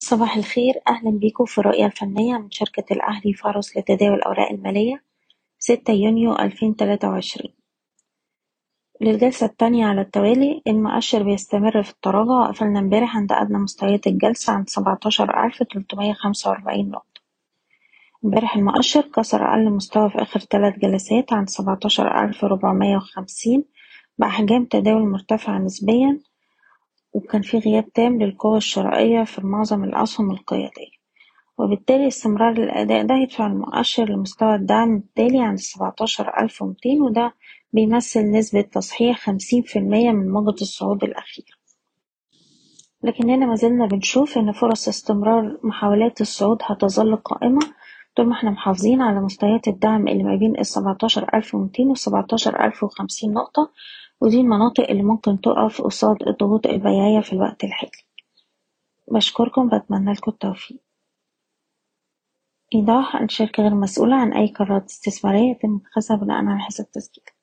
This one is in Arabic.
صباح الخير، أهلا بيكم في الرؤية الفنية من شركة الأهلي فارس لتداول الأوراق المالية 6 يونيو 2023. للجلسة التانية على التوالي المؤشر بيستمر في التراجع، وقفلنا امبارح عند أدنى مستويات الجلسة عند 17,345 نقطة. امبارح المؤشر كسر أقل مستوى في آخر 3 جلسات عند 17,450 بأحجام تداول مرتفعة نسبيا، وكان في غياب تام للقوة الشرائية في معظم الأسهم القيادية، وبالتالي استمرار الأداء ده يدفع المؤشر لمستوى الدعم التالي عند 17,200، وده بيمثل نسبة تصحيح 50% من موجة الصعود الأخيرة. لكننا مازلنا بنشوف إن فرص استمرار محاولات الصعود هتظل قائمة طول ما احنا محافظين على مستويات الدعم اللي ما بين 17,200 و 17,050 نقطة، ودي المناطق اللي ممكن تقف قصاد الضغوط البيعية في الوقت الحالي. بشكركم، بتمنى لكم التوفيق. إيضاح: الشركة غير مسؤولة عن أي قرارات استثمارية يتم اتخاذها بناءً على حساب تسجيل.